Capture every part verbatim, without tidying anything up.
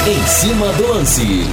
Em cima do lance.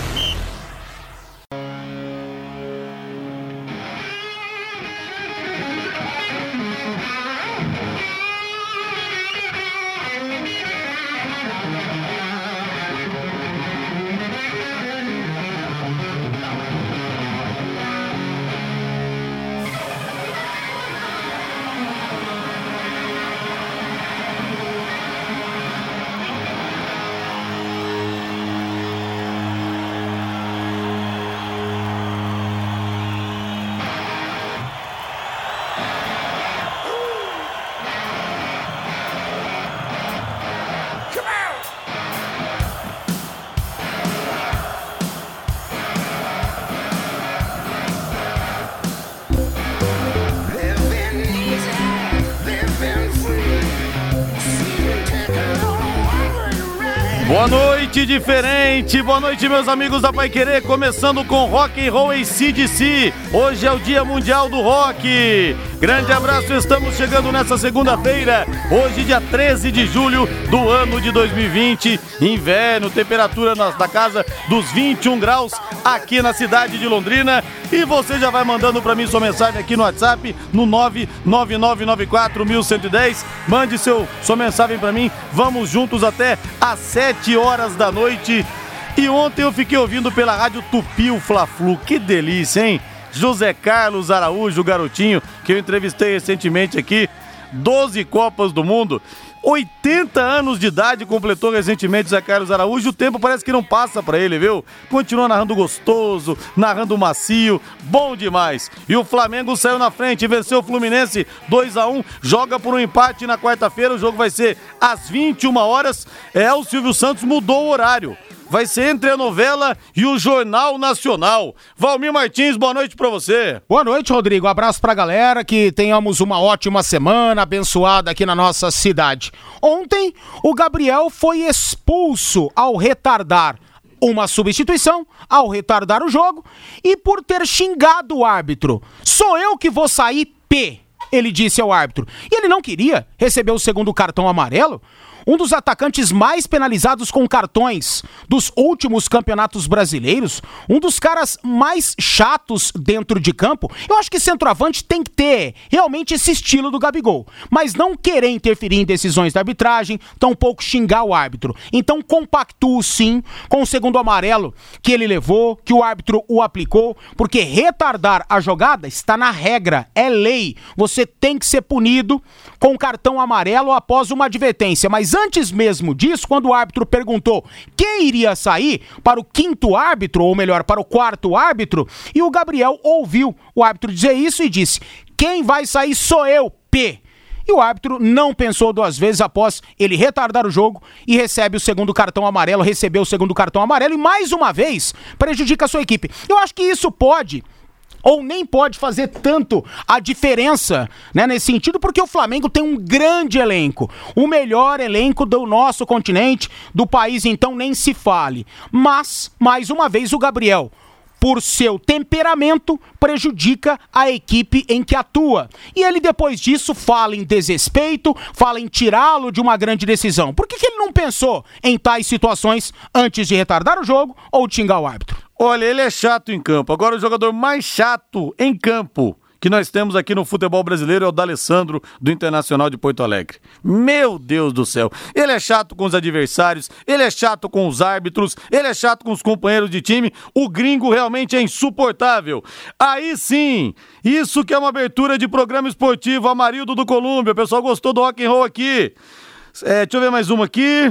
Boa noite, diferente. Boa noite, meus amigos da Paiquerê. Começando com Rock and Roll A C D C. Hoje é o Dia Mundial do Rock. Grande abraço, estamos chegando nessa segunda-feira. Hoje, dia treze de julho do ano de dois mil e vinte. Inverno, temperatura na, na casa dos vinte e um graus aqui na cidade de Londrina. E você já vai mandando para mim sua mensagem aqui no WhatsApp, no nove nove nove nove quatro um um zero. Mande seu, sua mensagem para mim. Vamos juntos até às sete horas da noite. E ontem eu fiquei ouvindo pela rádio Tupi o Fla-Flu. Que delícia, hein? José Carlos Araújo, o garotinho que eu entrevistei recentemente aqui. doze Copas do Mundo. oitenta anos de idade completou recentemente José Carlos Araújo. O tempo parece que não passa pra ele, viu? Continua narrando gostoso, narrando macio, bom demais. E o Flamengo saiu na frente, venceu o Fluminense dois a um, joga por um empate na quarta-feira. O jogo vai ser às vinte e uma horas. É, o Silvio Santos mudou o horário. Vai ser entre a novela e o Jornal Nacional. Valmir Martins, boa noite pra você. Boa noite, Rodrigo. Um abraço pra galera, que tenhamos uma ótima semana abençoada aqui na nossa cidade. Ontem, o Gabriel foi expulso ao retardar uma substituição, ao retardar o jogo e por ter xingado o árbitro. Sou eu que vou sair, P, ele disse ao árbitro. E ele não queria receber o segundo cartão amarelo. Um dos atacantes mais penalizados com cartões dos últimos campeonatos brasileiros, um dos caras mais chatos dentro de campo. Eu acho que centroavante tem que ter realmente esse estilo do Gabigol, mas não querer interferir em decisões da arbitragem, tampouco xingar o árbitro. Então compactuo sim com o segundo amarelo que ele levou, que o árbitro o aplicou, porque retardar a jogada está na regra, é lei. Você tem que ser punido com cartão amarelo após uma advertência, mas antes mesmo disso, quando o árbitro perguntou quem iria sair para o quinto árbitro, ou melhor, para o quarto árbitro, e o Gabriel ouviu o árbitro dizer isso e disse: quem vai sair sou eu, P. E o árbitro não pensou duas vezes após ele retardar o jogo e recebe o segundo cartão amarelo, recebeu o segundo cartão amarelo e mais uma vez prejudica a sua equipe. Eu acho que isso pode... ou nem pode fazer tanto a diferença, né, nesse sentido, porque o Flamengo tem um grande elenco, o melhor elenco do nosso continente, do país, então nem se fale. Mas, mais uma vez, o Gabriel, por seu temperamento, prejudica a equipe em que atua. E ele, depois disso, fala em desrespeito, fala em tirá-lo de uma grande decisão. Por que que ele não pensou em tais situações antes de retardar o jogo ou de xingar o árbitro? Olha, ele é chato em campo. Agora, o jogador mais chato em campo que nós temos aqui no futebol brasileiro é o D'Alessandro, do Internacional de Porto Alegre. Meu Deus do céu. Ele é chato com os adversários, ele é chato com os árbitros, ele é chato com os companheiros de time. O gringo realmente é insuportável. Aí sim, isso que é uma abertura de programa esportivo. Amarildo do Colômbia. O pessoal gostou do rock and roll aqui. É, deixa eu ver mais uma aqui.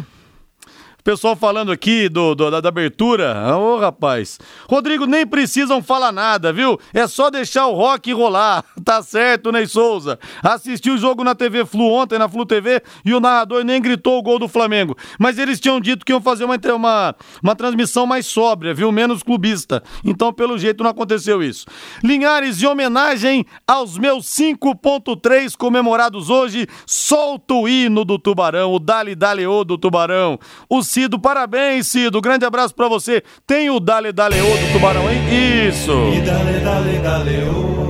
Pessoal falando aqui do, do, da, da abertura. Ô, oh, rapaz. Rodrigo, nem precisam falar nada, viu? É só deixar o rock rolar. Tá certo, Ney Souza. Assisti o jogo na T V Flu ontem, na Flu T V, e o narrador nem gritou o gol do Flamengo. Mas eles tinham dito que iam fazer uma, uma, uma transmissão mais sóbria, viu? Menos clubista. Então, pelo jeito, não aconteceu isso. Linhares, em homenagem aos meus cinco ponto três comemorados hoje, solta o hino do Tubarão, o Dale Dale O do Tubarão. O Cido, parabéns, Cido, grande abraço pra você. Tem o Dale Dale O do Tubarão, hein? Isso! E dale, dale, dale,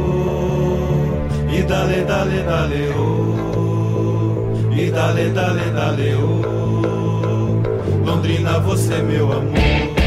oh. E dale, dale, dale, oh. E dale, dale, dale, oh. Londrina, você é meu amor.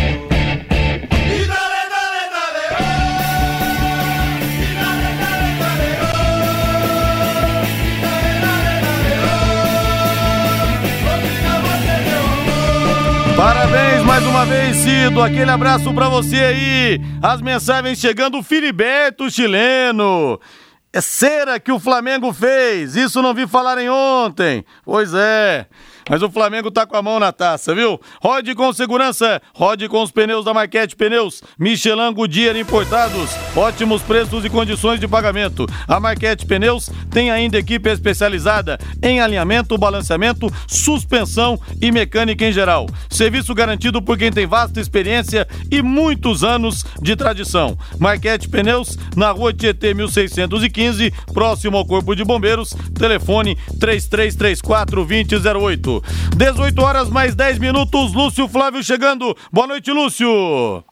Parabéns mais uma vez, Cido. Aquele abraço pra você aí. As mensagens chegando. O Filiberto chileno. É cera que o Flamengo fez. Isso não vi falarem ontem. Pois é. Mas o Flamengo tá com a mão na taça, viu? Rode com segurança, rode com os pneus da Marquete Pneus, Michelin, Goodyear importados, ótimos preços e condições de pagamento. A Marquete Pneus tem ainda equipe especializada em alinhamento, balanceamento, suspensão e mecânica em geral. Serviço garantido por quem tem vasta experiência e muitos anos de tradição. Marquete Pneus, na rua Tietê mil seiscentos e quinze, próximo ao Corpo de Bombeiros, telefone três três três quatro, dois zero zero oito. dezoito horas mais dez minutos, Lúcio Flávio chegando. Boa noite, Lúcio.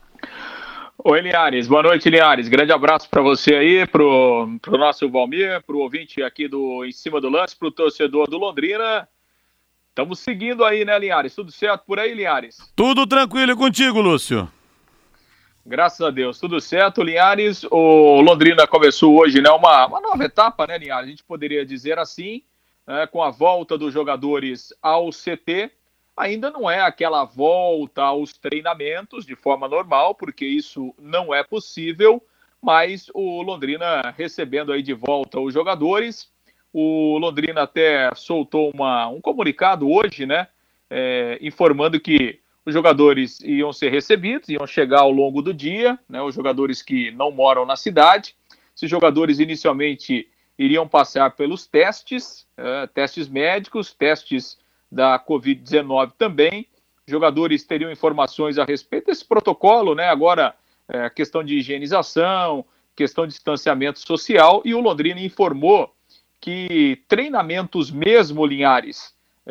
Oi, Linhares. Boa noite, Linhares. Grande abraço para você aí, pro, pro nosso Valmir, pro ouvinte aqui do Em Cima do Lance, pro torcedor do Londrina. Estamos seguindo aí, né, Linhares? Tudo certo por aí, Linhares? Tudo tranquilo e contigo, Lúcio? Graças a Deus, tudo certo, Linhares. O Londrina começou hoje, né, uma, uma nova etapa, né, Linhares? A gente poderia dizer assim. É, com a volta dos jogadores ao C T, ainda não é aquela volta aos treinamentos de forma normal, porque isso não é possível, mas o Londrina recebendo aí de volta os jogadores, o Londrina até soltou uma, um comunicado hoje, né, é, informando que os jogadores iam ser recebidos, iam chegar ao longo do dia, né, os jogadores que não moram na cidade. Esses jogadores inicialmente iriam passar pelos testes, uh, testes médicos, testes da covid dezenove também. Jogadores teriam informações a respeito desse protocolo, né? Agora, é, questão de higienização, questão de distanciamento social, e o Londrina informou que treinamentos mesmo, Linhares,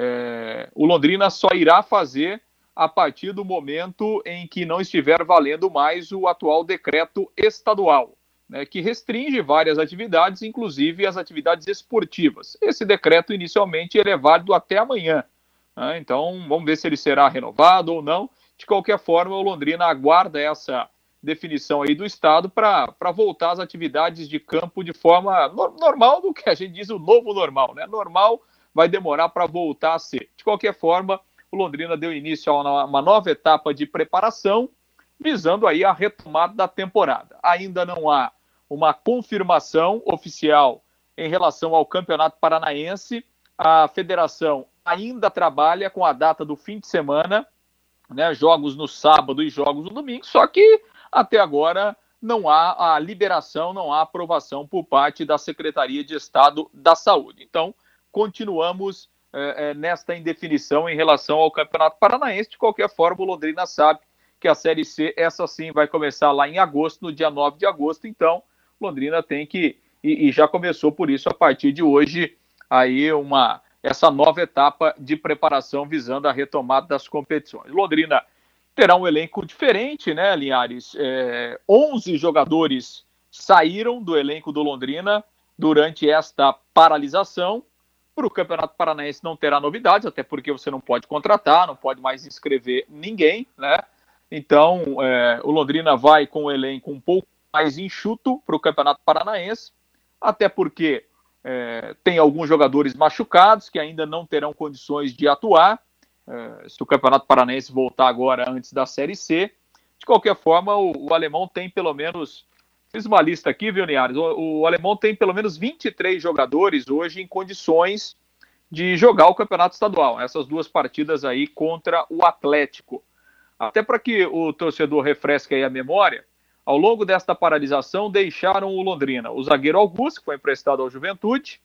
é, o Londrina só irá fazer a partir do momento em que não estiver valendo mais o atual decreto estadual, né, que restringe várias atividades, inclusive as atividades esportivas. Esse decreto, inicialmente, ele é válido até amanhã. Né? Então, vamos ver se ele será renovado ou não. De qualquer forma, o Londrina aguarda essa definição aí do Estado para voltar às atividades de campo de forma no, normal, do que a gente diz o novo normal. Né? Normal vai demorar para voltar a ser. De qualquer forma, o Londrina deu início a uma, uma nova etapa de preparação, visando aí a retomada da temporada. Ainda não há uma confirmação oficial em relação ao Campeonato Paranaense. A federação ainda trabalha com a data do fim de semana, né, jogos no sábado e jogos no domingo, só que até agora não há a liberação, não há aprovação por parte da Secretaria de Estado da Saúde. Então, continuamos é, é, nesta indefinição em relação ao Campeonato Paranaense. De qualquer forma, o Londrina sabe que a Série C, essa sim, vai começar lá em agosto, no dia nove de agosto. Então, Londrina tem que, e, e já começou por isso a partir de hoje, aí uma, essa nova etapa de preparação visando a retomada das competições. Londrina terá um elenco diferente, né, Linhares? É, onze jogadores saíram do elenco do Londrina durante esta paralisação. Para o Campeonato Paranaense não terá novidades, até porque você não pode contratar, não pode mais inscrever ninguém, né? Então, é, o Londrina vai com o elenco um pouco mais enxuto para o Campeonato Paranaense, até porque é, tem alguns jogadores machucados que ainda não terão condições de atuar, é, se o Campeonato Paranaense voltar agora antes da Série C. De qualquer forma, o, o alemão tem pelo menos, fiz uma lista aqui, viu, Linhares? O, o alemão tem pelo menos vinte e três jogadores hoje em condições de jogar o Campeonato Estadual, essas duas partidas aí contra o Atlético. Até para que o torcedor refresque aí a memória, ao longo desta paralisação deixaram o Londrina o zagueiro Augusto, que foi emprestado ao Juventude,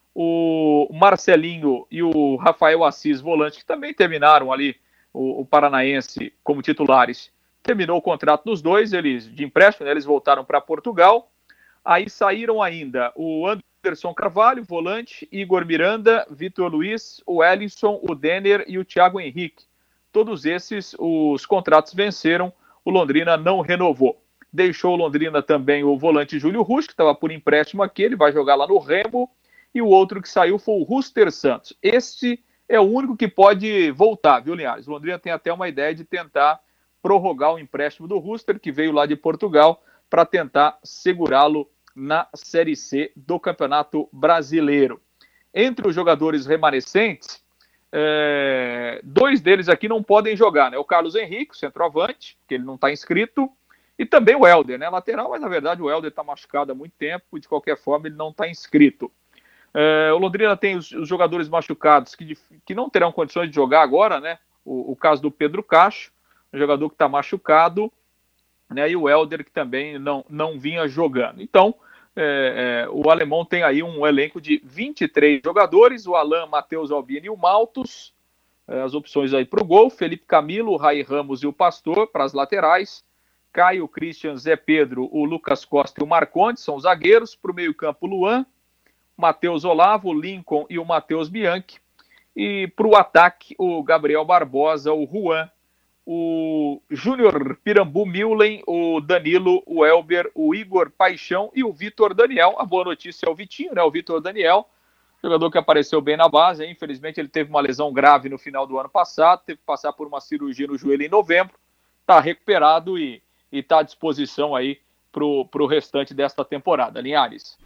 o Marcelinho e o Rafael Assis, volante, que também terminaram ali o, o Paranaense como titulares. Terminou o contrato dos dois, eles de empréstimo, né, eles voltaram para Portugal. Aí saíram ainda o Anderson Carvalho, volante, Igor Miranda, Vitor Luiz, o Ellisson, o Denner e o Thiago Henrique. Todos esses, os contratos venceram, o Londrina não renovou. Deixou o Londrina também o volante Júlio Rusch, que estava por empréstimo aqui, ele vai jogar lá no Remo, e o outro que saiu foi o Ruster Santos. Este é o único que pode voltar, viu, Linhares? O Londrina tem até uma ideia de tentar prorrogar o empréstimo do Rooster, que veio lá de Portugal, para tentar segurá-lo na Série C do Campeonato Brasileiro. Entre os jogadores remanescentes, é, dois deles aqui não podem jogar, né? O Carlos Henrique, centroavante, que ele não está inscrito, e também o Helder, né? Lateral, mas na verdade o Helder está machucado há muito tempo e de qualquer forma ele não está inscrito. É, o Londrina tem os, os jogadores machucados que, que não terão condições de jogar agora, né? O, o caso do Pedro Cacho, um jogador que está machucado, né? E o Helder, que também não, não vinha jogando. Então, é, é, o alemão tem aí um elenco de vinte e três jogadores, o Alan, Matheus Albini e o Maltos, é, as opções aí para o gol, Felipe Camilo, o Rai Ramos e o Pastor para as laterais, Caio, Christian, Zé Pedro, o Lucas Costa e o Marcondes são os zagueiros, para o meio campo o Luan, Matheus Olavo, o Lincoln e o Matheus Bianchi, e para o ataque o Gabriel Barbosa, o Juan, o Júnior Pirambu Milen, o Danilo, o Elber, o Igor Paixão e o Vitor Daniel. A boa notícia é o Vitinho, né? O Vitor Daniel, jogador que apareceu bem na base. Infelizmente ele teve uma lesão grave no final do ano passado, teve que passar por uma cirurgia no joelho em novembro, está recuperado e está à disposição aí para o restante desta temporada. Linhares.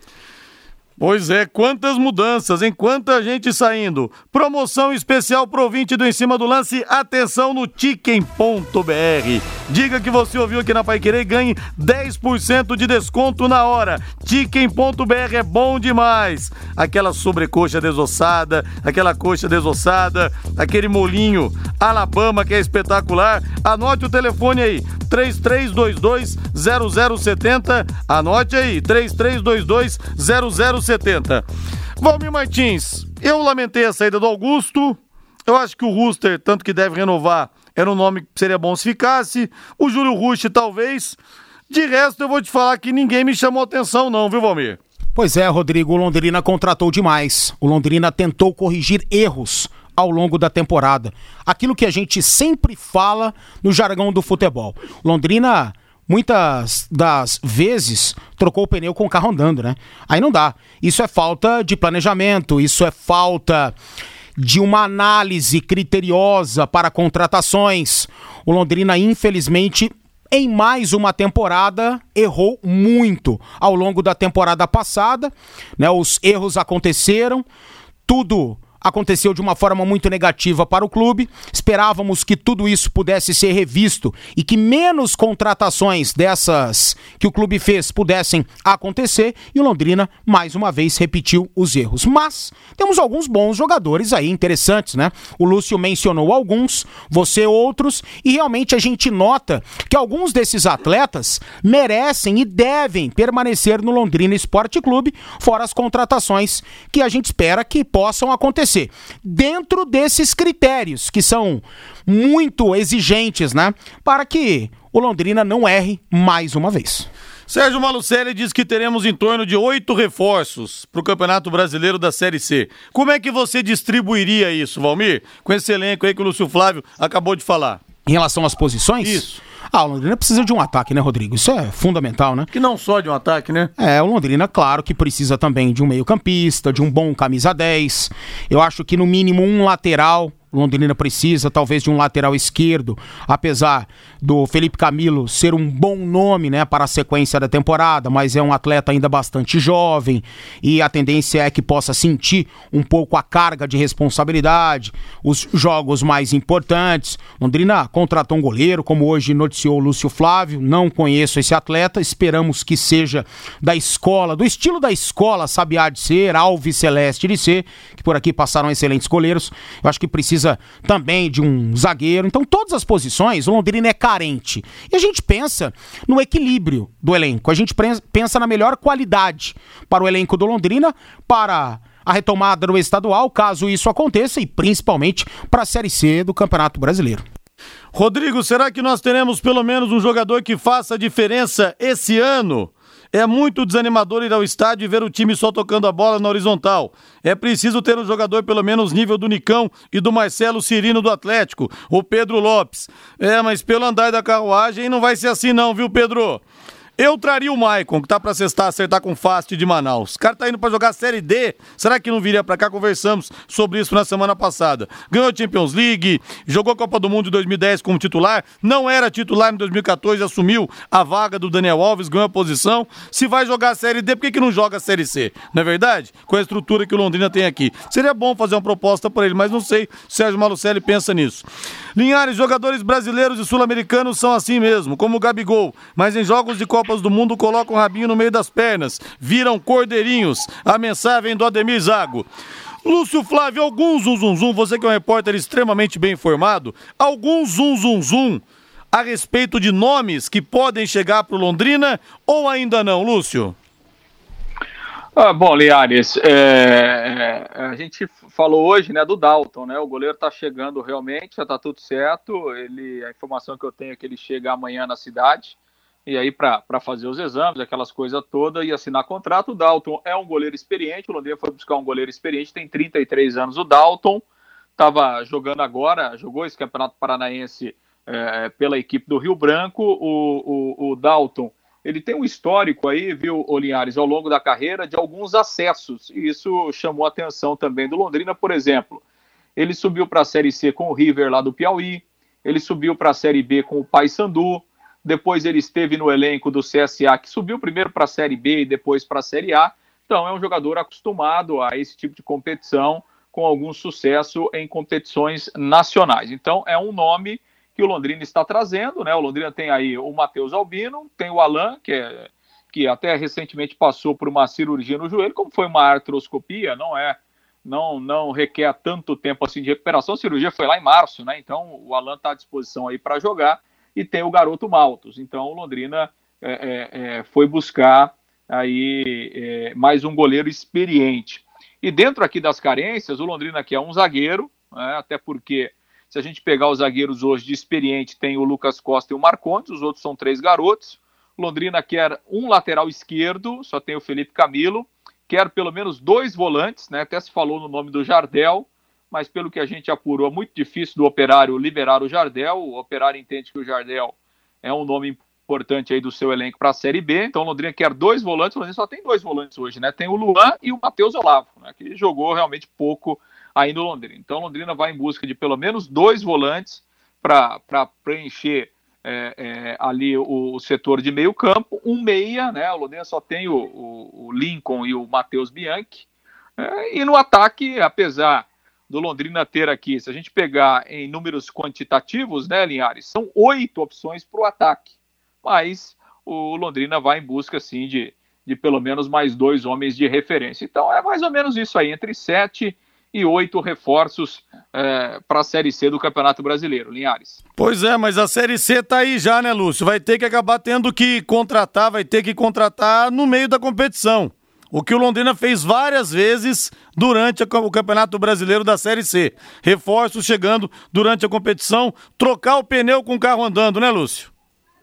Pois é, quantas mudanças, hein? Quanta gente saindo. Promoção especial pro ouvinte do Em Cima do Lance. Atenção no Ticken ponto b r. Diga que você ouviu aqui na Paiquerê e ganhe dez por cento de desconto na hora. Ticken ponto b r é bom demais. Aquela sobrecoxa desossada, aquela coxa desossada, aquele molinho Alabama que é espetacular. Anote o telefone aí, três três dois dois zero zero sete zero. Anote aí, três três dois dois zero zero sete zero. Valmir Martins, eu lamentei a saída do Augusto. Eu acho que o Rooster, tanto que deve renovar, era um nome que seria bom se ficasse. O Júlio Rush, talvez. De resto, eu vou te falar que ninguém me chamou atenção não, viu, Valmir? Pois é, Rodrigo, o Londrina contratou demais. O Londrina tentou corrigir erros ao longo da temporada. Aquilo que a gente sempre fala no jargão do futebol. Londrina, muitas das vezes, trocou o pneu com o carro andando, né? Aí não dá. Isso é falta de planejamento, isso é falta de uma análise criteriosa para contratações. O Londrina, infelizmente, em mais uma temporada, errou muito ao longo da temporada passada, né? Os erros aconteceram, tudo aconteceu de uma forma muito negativa para o clube. Esperávamos que tudo isso pudesse ser revisto e que menos contratações dessas que o clube fez pudessem acontecer, e o Londrina mais uma vez repetiu os erros. Mas temos alguns bons jogadores aí interessantes, né? O Lúcio mencionou alguns, você outros, e realmente a gente nota que alguns desses atletas merecem e devem permanecer no Londrina Esporte Clube, fora as contratações que a gente espera que possam acontecer dentro desses critérios que são muito exigentes, né? Para que o Londrina não erre mais uma vez. Sérgio Malucelli diz que teremos em torno de oito reforços para o Campeonato Brasileiro da Série C. Como é que você distribuiria isso, Valmir? Com esse elenco aí que o Lúcio Flávio acabou de falar. Em relação às posições? Isso. Ah, o Londrina precisa de um ataque, né, Rodrigo? Isso é fundamental, né? Que não só de um ataque, né? É, o Londrina, claro que precisa também de um meio-campista, de um bom camisa dez. Eu acho que no mínimo um lateral. O Londrina precisa talvez de um lateral esquerdo, apesar do Felipe Camilo ser um bom nome, né, para a sequência da temporada, mas é um atleta ainda bastante jovem e a tendência é que possa sentir um pouco a carga de responsabilidade, os jogos mais importantes. Londrina contratou um goleiro, como hoje noticiou o Lúcio Flávio, não conheço esse atleta, esperamos que seja da escola, do estilo da escola Sabiá de ser, Alves Celeste de ser, que por aqui passaram excelentes goleiros. Eu acho que precisa também de um zagueiro. Então todas as posições o Londrina é carente, e a gente pensa no equilíbrio do elenco, a gente pensa na melhor qualidade para o elenco do Londrina, para a retomada do estadual, caso isso aconteça, e principalmente para a Série C do Campeonato Brasileiro. Rodrigo, será que nós teremos pelo menos um jogador que faça a diferença esse ano? É muito desanimador ir ao estádio e ver o time só tocando a bola na horizontal. É preciso ter um jogador pelo menos nível do Nicão e do Marcelo Cirino do Atlético, o Pedro Lopes. É, mas pelo andar da carruagem não vai ser assim não, viu, Pedro? Eu traria o Maicon, que tá pra cestar, acertar com Fast de Manaus. O cara tá indo pra jogar Série D, será que não viria pra cá? Conversamos sobre isso na semana passada. Ganhou a Champions League, jogou a Copa do Mundo em dois mil e dez como titular, não era titular em dois mil e catorze, assumiu a vaga do Daniel Alves, ganhou a posição. Se vai jogar a Série D, por que, que não joga a Série C? Não é verdade? Com a estrutura que o Londrina tem aqui. Seria bom fazer uma proposta para ele, mas não sei se o Sérgio Malucelli pensa nisso. Linhares, jogadores brasileiros e sul-americanos são assim mesmo, como o Gabigol, mas em jogos de Copas do Mundo colocam o rabinho no meio das pernas, viram cordeirinhos. A mensagem do Ademir Zago. Lúcio Flávio, algum zum zum zum, você que é um repórter extremamente bem informado, algum zum zum zum a respeito de nomes que podem chegar para o Londrina ou ainda não, Lúcio? Ah, bom, Linhares, é, é, a gente falou hoje, né, do Dalton, né, o goleiro tá chegando realmente, já tá tudo certo, ele, a informação que eu tenho é que ele chega amanhã na cidade, e aí para fazer os exames, aquelas coisas todas, e assinar contrato. O Dalton é um goleiro experiente, o Londrina foi buscar um goleiro experiente, tem trinta e três anos o Dalton, estava jogando agora, jogou esse Campeonato Paranaense é, pela equipe do Rio Branco, o, o, o Dalton, ele tem um histórico aí, viu, Linhares, ao longo da carreira, de alguns acessos, e isso chamou a atenção também do Londrina. Por exemplo, ele subiu para a Série C com o River lá do Piauí, ele subiu para a Série B com o Paysandu, depois ele esteve no elenco do C S A, que subiu primeiro para a Série B e depois para a Série A, então é um jogador acostumado a esse tipo de competição, com algum sucesso em competições nacionais. Então é um nome que o Londrina está trazendo, né? O Londrina tem aí o Matheus Albino, tem o Alan, que, é, que até recentemente passou por uma cirurgia no joelho, como foi uma artroscopia, não é, não, não requer tanto tempo assim de recuperação, a cirurgia foi lá em março, né? Então o Alan está à disposição aí para jogar, e tem o garoto Maltos. Então o Londrina é, é, é, foi buscar aí é, mais um goleiro experiente. E dentro aqui das carências, o Londrina quer um zagueiro, né? Até porque se a gente pegar os zagueiros hoje de experiente, tem o Lucas Costa e o Marcondes, os outros são três garotos. Londrina quer um lateral esquerdo, só tem o Felipe Camilo, quer pelo menos dois volantes, né? Até se falou no nome do Jardel, mas pelo que a gente apurou, é muito difícil do Operário liberar o Jardel. O Operário entende que o Jardel é um nome importante aí do seu elenco para a Série B, então o Londrina quer dois volantes, o Londrina só tem dois volantes hoje, né? Tem o Luan e o Matheus Olavo, né? Que jogou realmente pouco aí no Londrina. Então o Londrina vai em busca de pelo menos dois volantes para preencher é, é, ali o, o setor de meio campo, um meia, né? O Londrina só tem o, o, o Lincoln e o Matheus Bianchi, é, e no ataque, apesar do Londrina ter aqui, se a gente pegar em números quantitativos, né, Linhares, são oito opções para o ataque, mas o Londrina vai em busca, sim, de, de pelo menos mais dois homens de referência. Então é mais ou menos isso aí, entre sete e oito reforços é, para a Série C do Campeonato Brasileiro, Linhares. Pois é, mas a Série C tá aí já, né, Lúcio? Vai ter que acabar tendo que contratar, vai ter que contratar no meio da competição. O que o Londrina fez várias vezes durante o Campeonato Brasileiro da Série C. Reforços chegando durante a competição, trocar o pneu com o carro andando, né, Lúcio?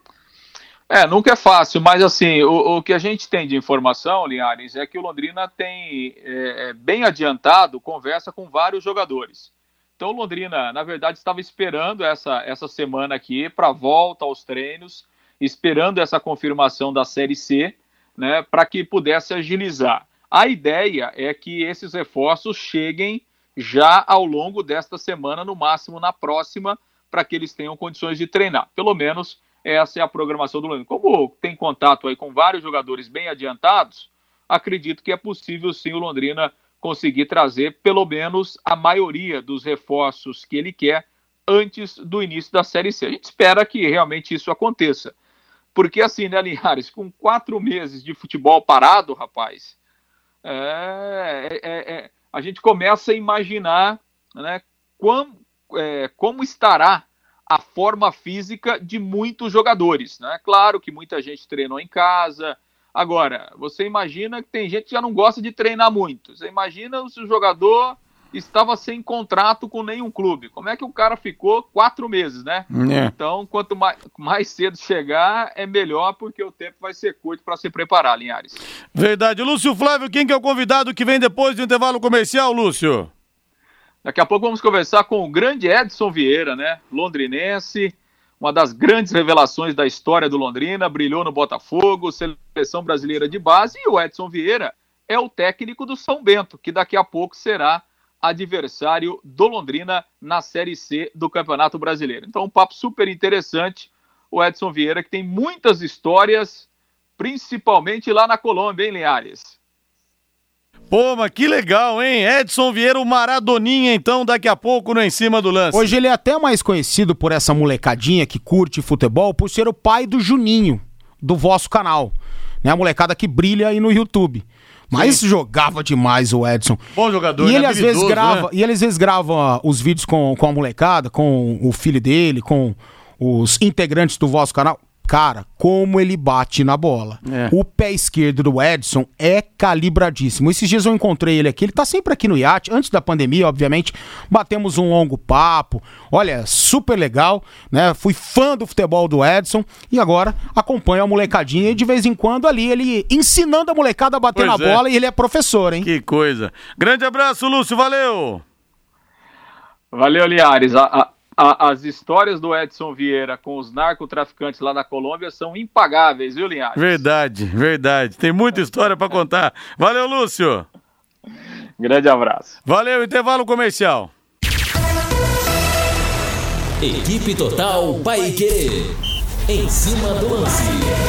É, nunca é fácil, mas assim, o, o que a gente tem de informação, Linhares, é que o Londrina tem é, bem adiantado conversa com vários jogadores. Então o Londrina, na verdade, estava esperando essa, essa semana aqui para volta aos treinos, esperando essa confirmação da Série C, né, para que pudesse agilizar. A ideia é que esses reforços cheguem já ao longo desta semana, no máximo na próxima, para que eles tenham condições de treinar. Pelo menos essa é a programação do Londrina. Como tem contato aí com vários jogadores bem adiantados, acredito que é possível sim o Londrina conseguir trazer pelo menos a maioria dos reforços que ele quer antes do início da Série C. A gente espera que realmente isso aconteça. Porque assim, né, Linhares, com quatro meses de futebol parado, rapaz, é, é, é, a gente começa a imaginar, né, quam, é, como estará a forma física de muitos jogadores, né? Claro que muita gente treinou em casa. Agora, você imagina que tem gente que já não gosta de treinar muito. Você imagina se o jogador estava sem contrato com nenhum clube. Como é que o cara ficou quatro meses, né? É. Então, quanto mais, mais cedo chegar, é melhor, porque o tempo vai ser curto para se preparar, Linhares. Verdade. Lúcio Flávio, quem que é o convidado que vem depois do intervalo comercial, Lúcio? Daqui a pouco vamos conversar com o grande Edson Vieira, né? Londrinense, uma das grandes revelações da história do Londrina, brilhou no Botafogo, seleção brasileira de base, e o Edson Vieira é o técnico do São Bento, que daqui a pouco será adversário do Londrina na Série C do Campeonato Brasileiro. Então, um papo super interessante, o Edson Vieira, que tem muitas histórias, principalmente lá na Colômbia, hein, Linhares? Pô, mas que legal, hein? Edson Vieira, o Maradoninha, então, daqui a pouco no Em Cima do Lance. Hoje ele é até mais conhecido por essa molecadinha que curte futebol, por ser o pai do Juninho, do vosso canal. Né? A molecada que brilha aí no YouTube. Mas Sim. jogava demais o Edson. Bom jogador, e ele às vezes grava, né? E ele às vezes grava os vídeos com, com a molecada, com o filho dele, com os integrantes do vosso canal. Cara, como ele bate na bola. É. O pé esquerdo do Edson é calibradíssimo. Esses dias eu encontrei ele aqui, ele tá sempre aqui no iate, antes da pandemia, obviamente. Batemos um longo papo. Olha, super legal, né? Fui fã do futebol do Edson e agora acompanho a molecadinha e de vez em quando ali ele ensinando a molecada a bater pois na é. bola e ele é professor, hein? Que coisa. Grande abraço, Lúcio, valeu! Valeu, Linhares. A, a... As histórias do Edson Vieira com os narcotraficantes lá na Colômbia são impagáveis, viu, Linhares? Verdade, verdade. Tem muita história para contar. Valeu, Lúcio. Grande abraço. Valeu, intervalo comercial. Equipe Total Paiquerê. Em Cima do Lance.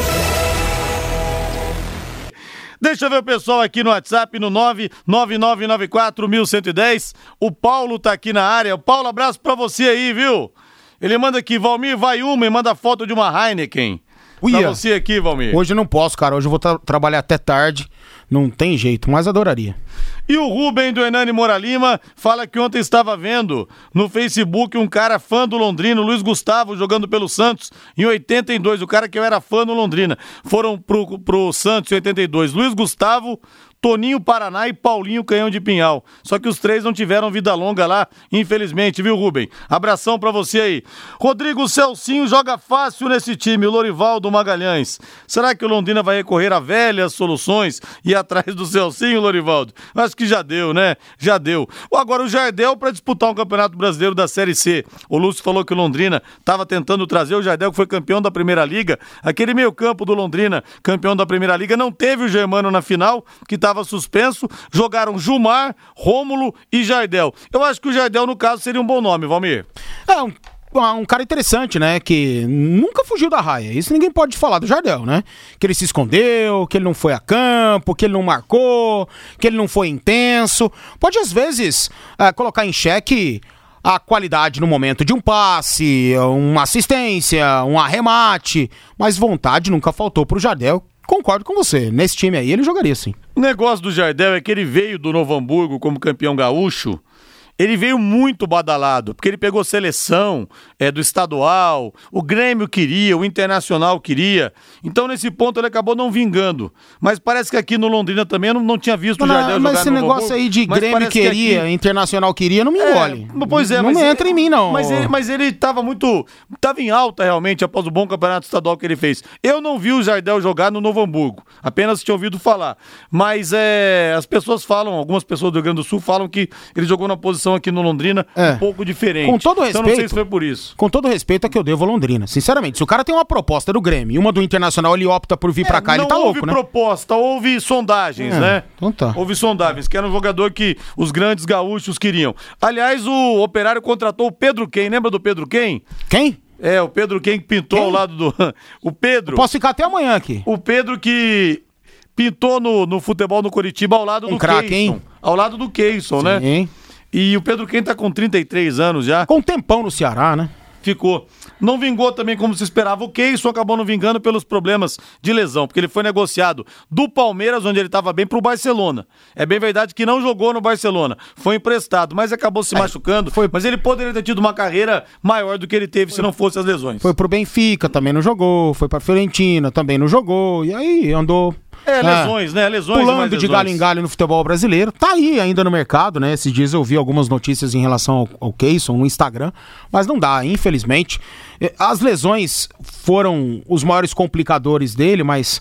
Deixa eu ver o pessoal aqui no WhatsApp, no nove nove nove nove quatro um um zero. O Paulo tá aqui na área. Paulo, abraço pra você aí, viu? Ele manda aqui, Valmir, vai uma e manda foto de uma Heineken. Uia. Pra você aqui, Valmir. Hoje eu não posso, cara. Hoje eu vou tra- trabalhar até tarde. Não tem jeito, mas adoraria. E o Rubem do Hernani Moura Lima fala que ontem estava vendo no Facebook um cara fã do Londrina, Luiz Gustavo, jogando pelo Santos em oitenta e dois. O cara que eu era fã do Londrina. Foram pro, pro Santos em oitenta e dois. Luiz Gustavo, Toninho Paraná e Paulinho Canhão de Pinhal. Só que os três não tiveram vida longa lá, infelizmente, viu, Rubem? Abração pra você aí. Rodrigo Celcinho joga fácil nesse time, o Lorivaldo Magalhães. Será que o Londrina vai recorrer a velhas soluções e ir atrás do Celcinho, Lorivaldo? Acho que já deu, né? Já deu. Agora o Jardel pra disputar um Campeonato Brasileiro da Série C. O Lúcio falou que o Londrina tava tentando trazer o Jardel, que foi campeão da Primeira Liga. Aquele meio campo do Londrina, campeão da Primeira Liga, não teve o Germano na final, que tá estava suspenso, jogaram Gilmar, Rômulo e Jardel. Eu acho que o Jardel, no caso, seria um bom nome, Valmir. É, um, um cara interessante, né, que nunca fugiu da raia. Isso ninguém pode falar do Jardel, né? Que ele se escondeu, que ele não foi a campo, que ele não marcou, que ele não foi intenso. Pode, às vezes, é, colocar em xeque a qualidade no momento de um passe, uma assistência, um arremate, mas vontade nunca faltou pro Jardel. Concordo com você, nesse time aí ele jogaria sim. O negócio do Jardel é que ele veio do Novo Hamburgo como campeão gaúcho. Ele veio muito badalado, porque ele pegou seleção é, do estadual, o Grêmio queria, o Internacional queria. Então, nesse ponto, ele acabou não vingando. Mas parece que aqui no Londrina também eu não, não tinha visto não, o Jardel mas jogar esse no Novo negócio Hamburgo, aí de Grêmio queria, que aqui... Internacional queria, não me engole. É, pois é, não mas me entra ele, em mim, não. Mas ele, mas ele tava muito... Tava em alta, realmente, após o bom campeonato estadual que ele fez. Eu não vi o Jardel jogar no Novo Hamburgo. Apenas tinha ouvido falar. Mas é, as pessoas falam, algumas pessoas do Rio Grande do Sul falam que ele jogou na posição aqui no Londrina é. um pouco diferente. Com todo respeito, então não sei se foi por isso. Com todo respeito é que eu devo a Londrina. Sinceramente, se o cara tem uma proposta do Grêmio e uma do Internacional, ele opta por vir é, pra cá, ele tá louco, né? Não houve proposta, houve sondagens, é, né? Então tá. Houve sondagens, que era um jogador que os grandes gaúchos queriam. Aliás, o Operário contratou o Pedro Quem, lembra do Pedro Quem? Quem? É, o Pedro Quem que pintou Quem? ao lado do... o Pedro. Eu posso ficar até amanhã aqui. O Pedro que pintou no, no futebol no Curitiba ao lado um do craque, hein? Ao lado do Keyson, né? Sim. E o Pedro Quem tá com trinta e três anos já. Com um tempão no Ceará, né? Ficou. Não vingou também como se esperava. O Keyson acabou não vingando pelos problemas de lesão, porque ele foi negociado do Palmeiras, onde ele estava bem, pro Barcelona. É bem verdade que não jogou no Barcelona, foi emprestado, mas acabou se é, machucando. Foi... Mas ele poderia ter tido uma carreira maior do que ele teve foi... se não fosse as lesões. Foi pro Benfica, também não jogou. Foi pra Fiorentina, também não jogou. E aí andou... É, lesões, né? Lesões Pulando lesões. de galho em galho no futebol brasileiro. Tá aí ainda no mercado, né? Esses dias eu vi algumas notícias em relação ao, ao Keyson no Instagram, mas não dá, infelizmente. As lesões foram os maiores complicadores dele, mas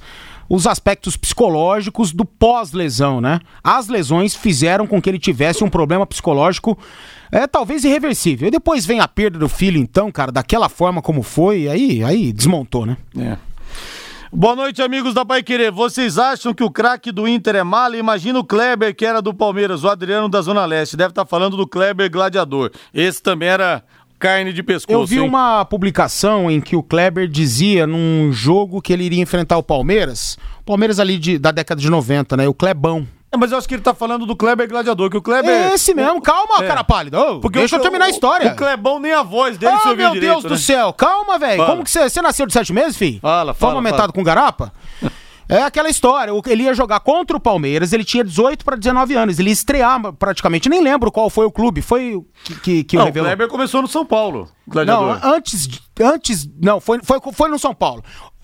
os aspectos psicológicos do pós-lesão, né? As lesões fizeram com que ele tivesse um problema psicológico é, talvez irreversível. E depois vem a perda do filho, então, cara, daquela forma como foi, aí, aí desmontou, né? É. Boa noite, amigos da Paiquerê. Vocês acham que o craque do Inter é mala? Imagina o Kleber, que era do Palmeiras, o Adriano da Zona Leste. Deve estar falando do Kleber Gladiador. Esse também era carne de pescoço. Eu vi hein? uma publicação em que o Kleber dizia num jogo que ele iria enfrentar o Palmeiras, o Palmeiras ali de, da década de noventa, né? O Clebão. É, mas eu acho que ele tá falando do Kleber Gladiador, que o Kleber... É esse mesmo, calma, é. cara pálida. Ô, Porque deixa o, eu terminar a história. O Clebão nem a voz dele Ah, se ouviu meu direito, Deus né? do céu, calma, velho. Como que você, você nasceu de sete meses, filho? Fala, fala, Foi amamentado fala. com garapa? É aquela história, ele ia jogar contra o Palmeiras, ele tinha dezoito para dezenove anos, ele ia estrear praticamente, nem lembro qual foi o clube, foi o que, que, que Não, o revelou. o Kleber começou no São Paulo, Gladiador. Não, antes, antes não, foi, foi, foi no São Paulo.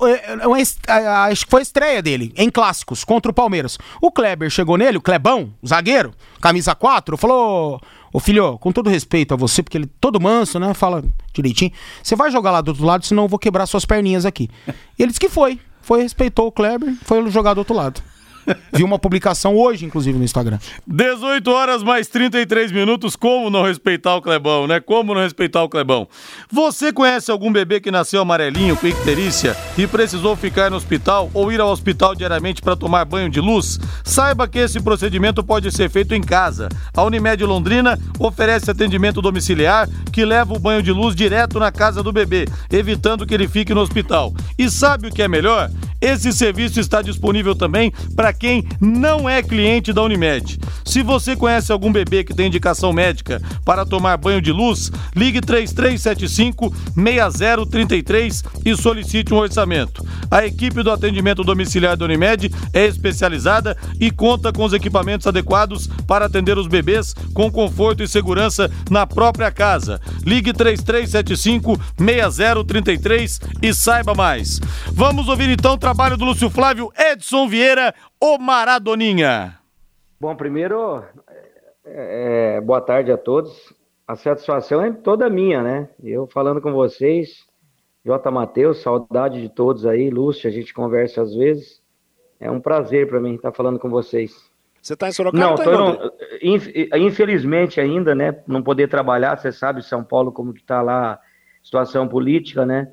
Acho que foi a estreia dele, em clássicos, contra o Palmeiras. O Kleber chegou nele, o Clebão, o zagueiro, camisa quatro, falou... Ô filho, com todo respeito a você, porque ele todo manso, né, fala direitinho, você vai jogar lá do outro lado, senão eu vou quebrar suas perninhas aqui. E ele disse que foi. Foi, respeitou o Kleber, foi jogar do outro lado. Vi uma publicação hoje, inclusive, no Instagram. dezoito horas mais trinta e três minutos, como não respeitar o Clebão, né? Como não respeitar o Clebão? Você conhece algum bebê que nasceu amarelinho com icterícia e precisou ficar no hospital ou ir ao hospital diariamente para tomar banho de luz? Saiba que esse procedimento pode ser feito em casa. A Unimed Londrina oferece atendimento domiciliar que leva o banho de luz direto na casa do bebê, evitando que ele fique no hospital. E sabe o que é melhor? Esse serviço está disponível também para quem não é cliente da Unimed. Se você conhece algum bebê que tem indicação médica para tomar banho de luz, ligue três três sete cinco, seis zero três três e solicite um orçamento. A equipe do atendimento domiciliar da Unimed é especializada e conta com os equipamentos adequados para atender os bebês com conforto e segurança na própria casa. Ligue três três sete cinco, seis zero três três e saiba mais. Vamos ouvir então o trabalho do Lúcio Flávio Edson Vieira, o Maradoninha. Bom, primeiro, é, é, boa tarde a todos. A satisfação é toda minha, né? Eu falando com vocês, J. Matheus, saudade de todos aí, Lúcio, a gente conversa às vezes. É um prazer para mim estar falando com vocês. Você está em Sorocaba? Não, tá tô não, infelizmente ainda, né? Não poder trabalhar, você sabe, São Paulo, como que tá lá a situação política, né?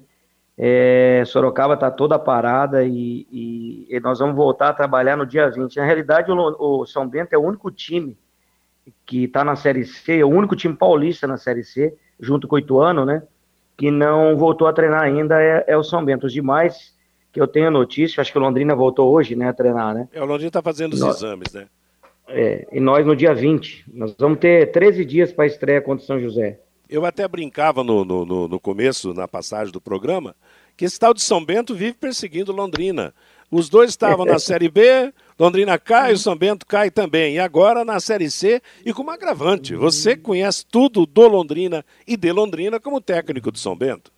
É, Sorocaba está toda parada e, e, e nós vamos voltar a trabalhar no dia vinte. Na realidade, o, o São Bento é o único time que está na Série C, é o único time paulista na Série C, junto com o Ituano, né? Que não voltou a treinar ainda é, é o São Bento. Os demais, que eu tenho notícia, acho que o Londrina voltou hoje, né, a treinar, né? É, o Londrina está fazendo os nós, exames, né? É, e nós no dia vinte. Nós vamos ter treze dias para a estreia contra o São José. Eu até brincava no, no, no começo, na passagem do programa, que esse tal de São Bento vive perseguindo Londrina. Os dois estavam na Série B, Londrina cai, o São Bento cai também. E agora na Série C e com uma agravante. Você conhece tudo do Londrina e de Londrina como técnico do São Bento.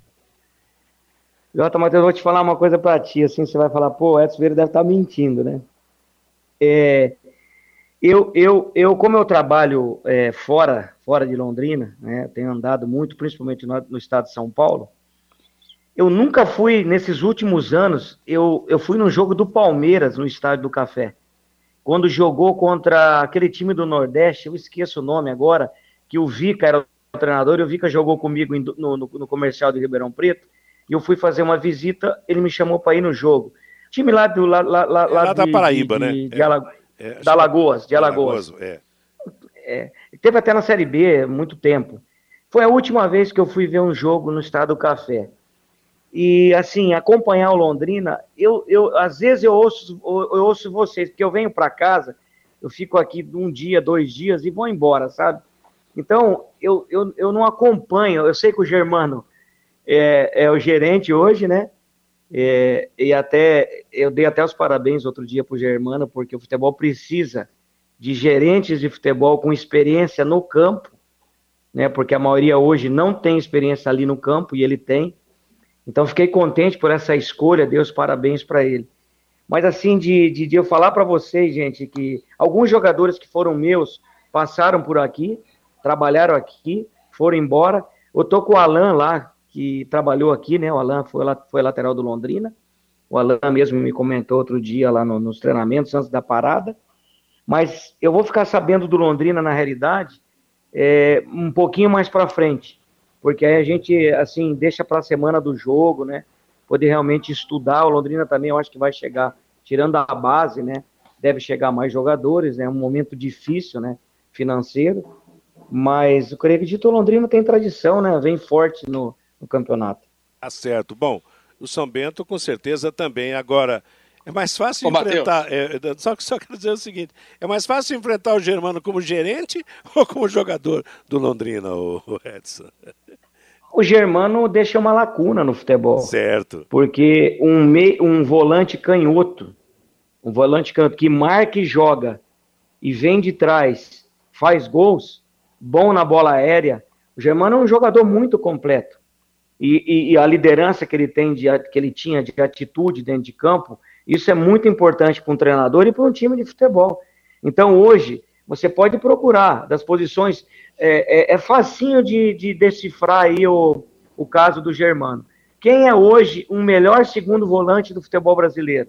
Jota, Matheus, eu vou te falar uma coisa pra ti, assim, você vai falar, pô, o Edson Vieira deve estar mentindo, né? É... Eu, eu, eu, como eu trabalho é, fora, fora de Londrina, né, tenho andado muito, principalmente no, no estado de São Paulo, eu nunca fui, nesses últimos anos, eu, eu fui no jogo do Palmeiras, no Estádio do Café, quando jogou contra aquele time do Nordeste, eu esqueço o nome agora, que o Vica era o treinador, e o Vica jogou comigo em, no, no, no comercial de Ribeirão Preto, e eu fui fazer uma visita, ele me chamou para ir no jogo. Time lá do... Lá, lá, lá, é lá de, da Paraíba, de, né? De, de é. Alagoas. É, da Alagoas, de Alagoas. Alagoas é. É, teve até na Série B, muito tempo. Foi a última vez que eu fui ver um jogo no Estádio do Café. E, assim, acompanhar o Londrina, eu, eu, às vezes eu ouço, eu ouço vocês, porque eu venho para casa, eu fico aqui um dia, dois dias e vou embora, sabe? Então, eu, eu, eu não acompanho, eu sei que o Germano é, é o gerente hoje, né? É, e até eu dei até os parabéns outro dia para o Germano, porque o futebol precisa de gerentes de futebol com experiência no campo, né? Porque a maioria hoje não tem experiência ali no campo e ele tem. Então fiquei contente por essa escolha, dei os parabéns para ele. Mas assim, de, de, de eu falar para vocês, gente, que alguns jogadores que foram meus passaram por aqui, trabalharam aqui, foram embora. Eu tô com o Alan lá, que trabalhou aqui, né? O Alan foi, lá, foi lateral do Londrina. O Alain mesmo me comentou outro dia lá no, nos treinamentos, antes da parada. Mas eu vou ficar sabendo do Londrina, na realidade, é, um pouquinho mais para frente. Porque aí a gente, assim, deixa para a semana do jogo, né? Poder realmente estudar. O Londrina também, eu acho que vai chegar, tirando a base, né? Deve chegar mais jogadores, é né? um momento difícil, né? Financeiro. Mas eu acredito que o Londrina tem tradição, né? Vem forte no, no campeonato. Tá certo. Bom, o São Bento com certeza também. Agora, é mais fácil Ô, enfrentar... É, só que só quero dizer o seguinte, é mais fácil enfrentar o Germano como gerente ou como jogador do Londrina, o Edson? O Germano deixa uma lacuna no futebol. Certo. Porque um, mei, um volante canhoto, um volante canhoto que marca e joga e vem de trás, faz gols, bom na bola aérea. O Germano é um jogador muito completo. E, e, e a liderança que ele tem, de, que ele tinha de atitude dentro de campo, isso é muito importante para um treinador e para um time de futebol. Então hoje, você pode procurar das posições, é, é, é facinho de, de decifrar aí o, o caso do Germano. Quem é hoje o melhor segundo volante do futebol brasileiro?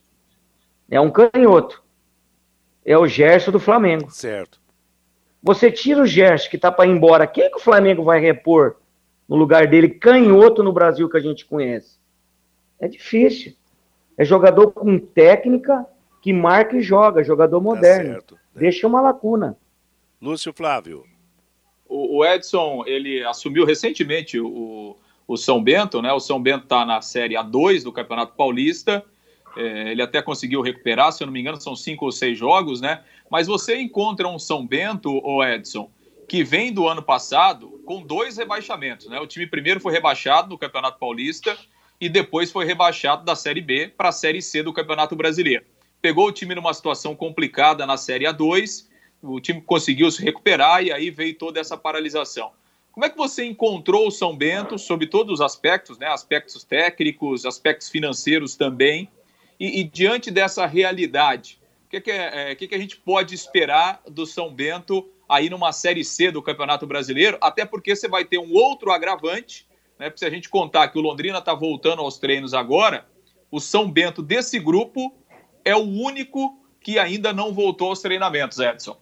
É um canhoto. É o Gerson do Flamengo. Certo. Você tira o Gerson, que está para ir embora, quem que o Flamengo vai repor no lugar dele, canhoto no Brasil que a gente conhece? É difícil. É jogador com técnica, que marca e joga, jogador moderno. Tá certo, né? Deixa uma lacuna. Lúcio Flávio. O, o Edson, ele assumiu recentemente o, o São Bento, né? O São Bento está na Série A dois do Campeonato Paulista. É, ele até conseguiu recuperar, se eu não me engano, são cinco ou seis jogos, né? Mas você encontra um São Bento, o Edson, que vem do ano passado com dois rebaixamentos, né? O time primeiro foi rebaixado no Campeonato Paulista e depois foi rebaixado da Série B para a Série C do Campeonato Brasileiro. Pegou o time numa situação complicada na Série A dois, o time conseguiu se recuperar e aí veio toda essa paralisação. Como é que você encontrou o São Bento, sob todos os aspectos, né? Aspectos técnicos, aspectos financeiros também, e, e diante dessa realidade, o que, que, é, que, que a gente pode esperar do São Bento aí numa Série C do Campeonato Brasileiro? Até porque você vai ter um outro agravante, né? Porque se a gente contar que o Londrina está voltando aos treinos agora, o São Bento desse grupo é o único que ainda não voltou aos treinamentos, Edson.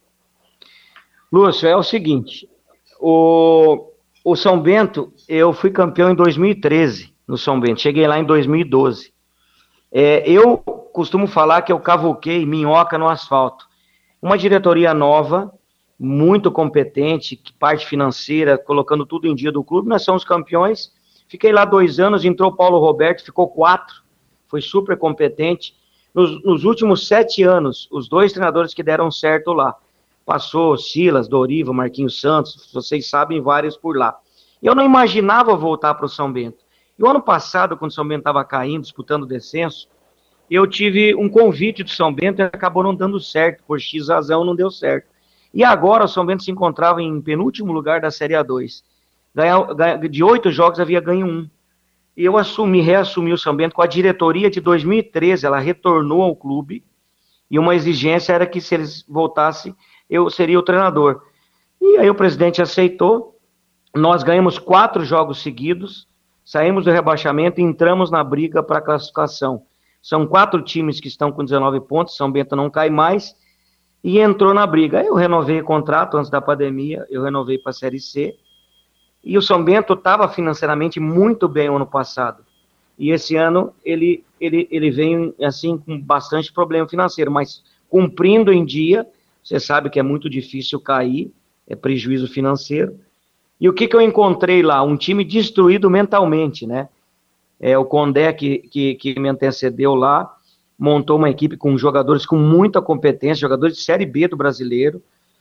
Lúcio, é o seguinte, o, o São Bento, eu fui campeão em dois mil e treze no São Bento, cheguei lá em dois mil e doze. É, eu costumo falar que eu cavuquei minhoca no asfalto. Uma diretoria nova, muito competente, parte financeira, colocando tudo em dia do clube, nós somos campeões. Fiquei lá dois anos, entrou o Paulo Roberto, ficou quatro, foi super competente. Nos, nos últimos sete anos, os dois treinadores que deram certo lá, passou Silas, Doriva, Marquinhos Santos, vocês sabem, vários por lá. Eu não imaginava voltar para o São Bento. E o ano passado, quando o São Bento estava caindo, disputando o descenso, eu tive um convite do São Bento e acabou não dando certo, por X razão não deu certo. E agora o São Bento se encontrava em penúltimo lugar da Série A dois. Ganha, ganha, de oito jogos havia ganho um. E eu assumi, reassumi o São Bento com a diretoria de dois mil e treze, ela retornou ao clube, e uma exigência era que se eles voltassem, eu seria o treinador. E aí o presidente aceitou, nós ganhamos quatro jogos seguidos, saímos do rebaixamento e entramos na briga para a classificação. São quatro times que estão com dezenove pontos, São Bento não cai mais, e entrou na briga. Aí eu renovei o contrato antes da pandemia, eu renovei para a Série C, e o São Bento estava financeiramente muito bem no ano passado. E esse ano ele, ele, ele vem assim com bastante problema financeiro, mas cumprindo em dia, você sabe que é muito difícil cair, é prejuízo financeiro. E o que, que eu encontrei lá? Um time destruído mentalmente, né? É, o Condé, que, que, que me antecedeu lá, montou uma equipe com jogadores com muita competência, jogadores de Série B do brasileiro,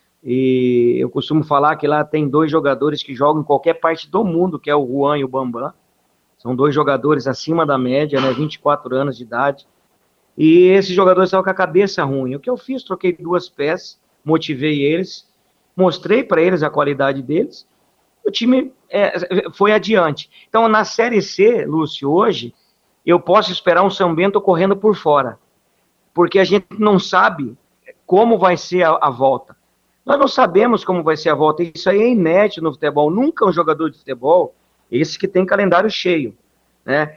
e eu costumo falar que lá tem dois jogadores que jogam em qualquer parte do mundo, que é o Juan e o Bambam. São dois jogadores acima da média, né, vinte e quatro anos de idade, e esses jogadores estavam com a cabeça ruim. O que eu fiz? Troquei duas peças, motivei eles, mostrei para eles a qualidade deles, o time é, foi adiante. Então, na Série C, Lúcio, hoje, eu posso esperar um São Bento correndo por fora, porque a gente não sabe como vai ser a, a volta. Nós não sabemos como vai ser a volta, isso aí é inédito no futebol. Nunca um jogador de futebol, esse que tem calendário cheio, né? Nunca ele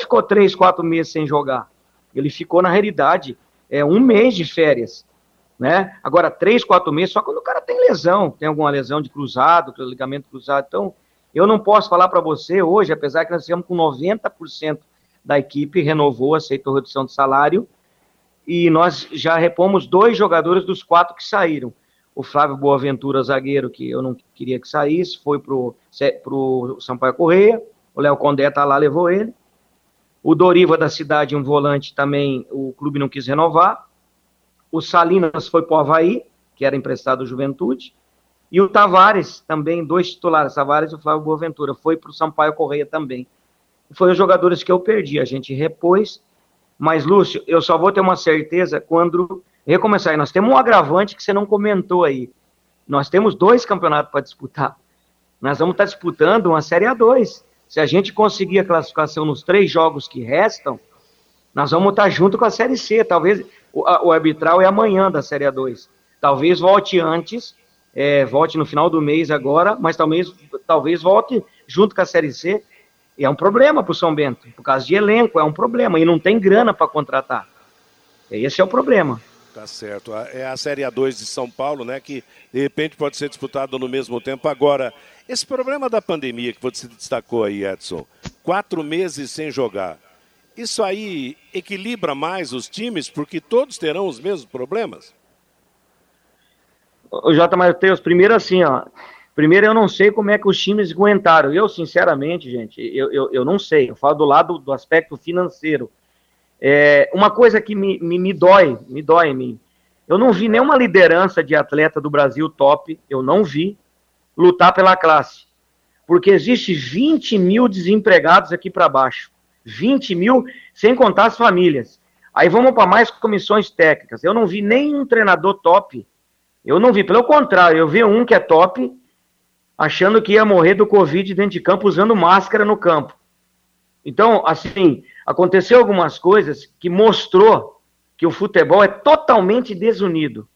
ficou três, quatro meses sem jogar. Ele ficou, na realidade, é, um mês de férias, né? Agora, três, quatro meses, só quando o cara tem lesão, tem alguma lesão de cruzado, ligamento cruzado. Então, eu não posso falar para você hoje, apesar que nós estamos com noventa por cento da equipe, renovou, aceitou redução de salário, e nós já repomos dois jogadores dos quatro que saíram. O Flávio Boaventura, zagueiro, que eu não queria que saísse, foi pro, pro Sampaio Correia, o Léo Condé tá lá, levou ele. O Doriva da Cidade, um volante também, o clube não quis renovar. O Salinas foi pro Avaí, que era emprestado do Juventude. E o Tavares, também, dois titulares, Tavares e o Flávio Boaventura, foi pro Sampaio Correia também. Foi os jogadores que eu perdi, a gente repôs. Mas, Lúcio, eu só vou ter uma certeza quando recomeçar. E nós temos um agravante que você não comentou aí. Nós temos dois campeonatos para disputar. Nós vamos estar disputando uma Série A dois. Se a gente conseguir a classificação nos três jogos que restam, nós vamos estar junto com a Série C. Talvez o, a, o arbitral é amanhã da Série A dois. Talvez volte antes, é, volte no final do mês agora, mas talvez, talvez volte junto com a Série C. E é um problema para o São Bento. Por causa de elenco, é um problema. E não tem grana para contratar. Esse é o problema. Tá certo. É a Série A dois de São Paulo, né, que de repente pode ser disputado no mesmo tempo. Agora, esse problema da pandemia que você destacou aí, Edson, quatro meses sem jogar, isso aí equilibra mais os times, porque todos terão os mesmos problemas? O J. Matheus, primeiro assim, ó, primeiro eu não sei como é que os times aguentaram. Eu, sinceramente, gente, eu, eu, eu não sei. Eu falo do lado do aspecto financeiro. É, uma coisa que me, me, me dói, me dói em mim, eu não vi nenhuma liderança de atleta do Brasil top, eu não vi, lutar pela classe. Porque existe vinte mil desempregados aqui para baixo. vinte mil, sem contar as famílias. Aí vamos para mais comissões técnicas. Eu não vi nenhum treinador top. Eu não vi, pelo contrário, eu vi um que é top, achando que ia morrer do Covid dentro de campo, usando máscara no campo. Então, assim, aconteceu algumas coisas que mostrou que o futebol é totalmente desunido.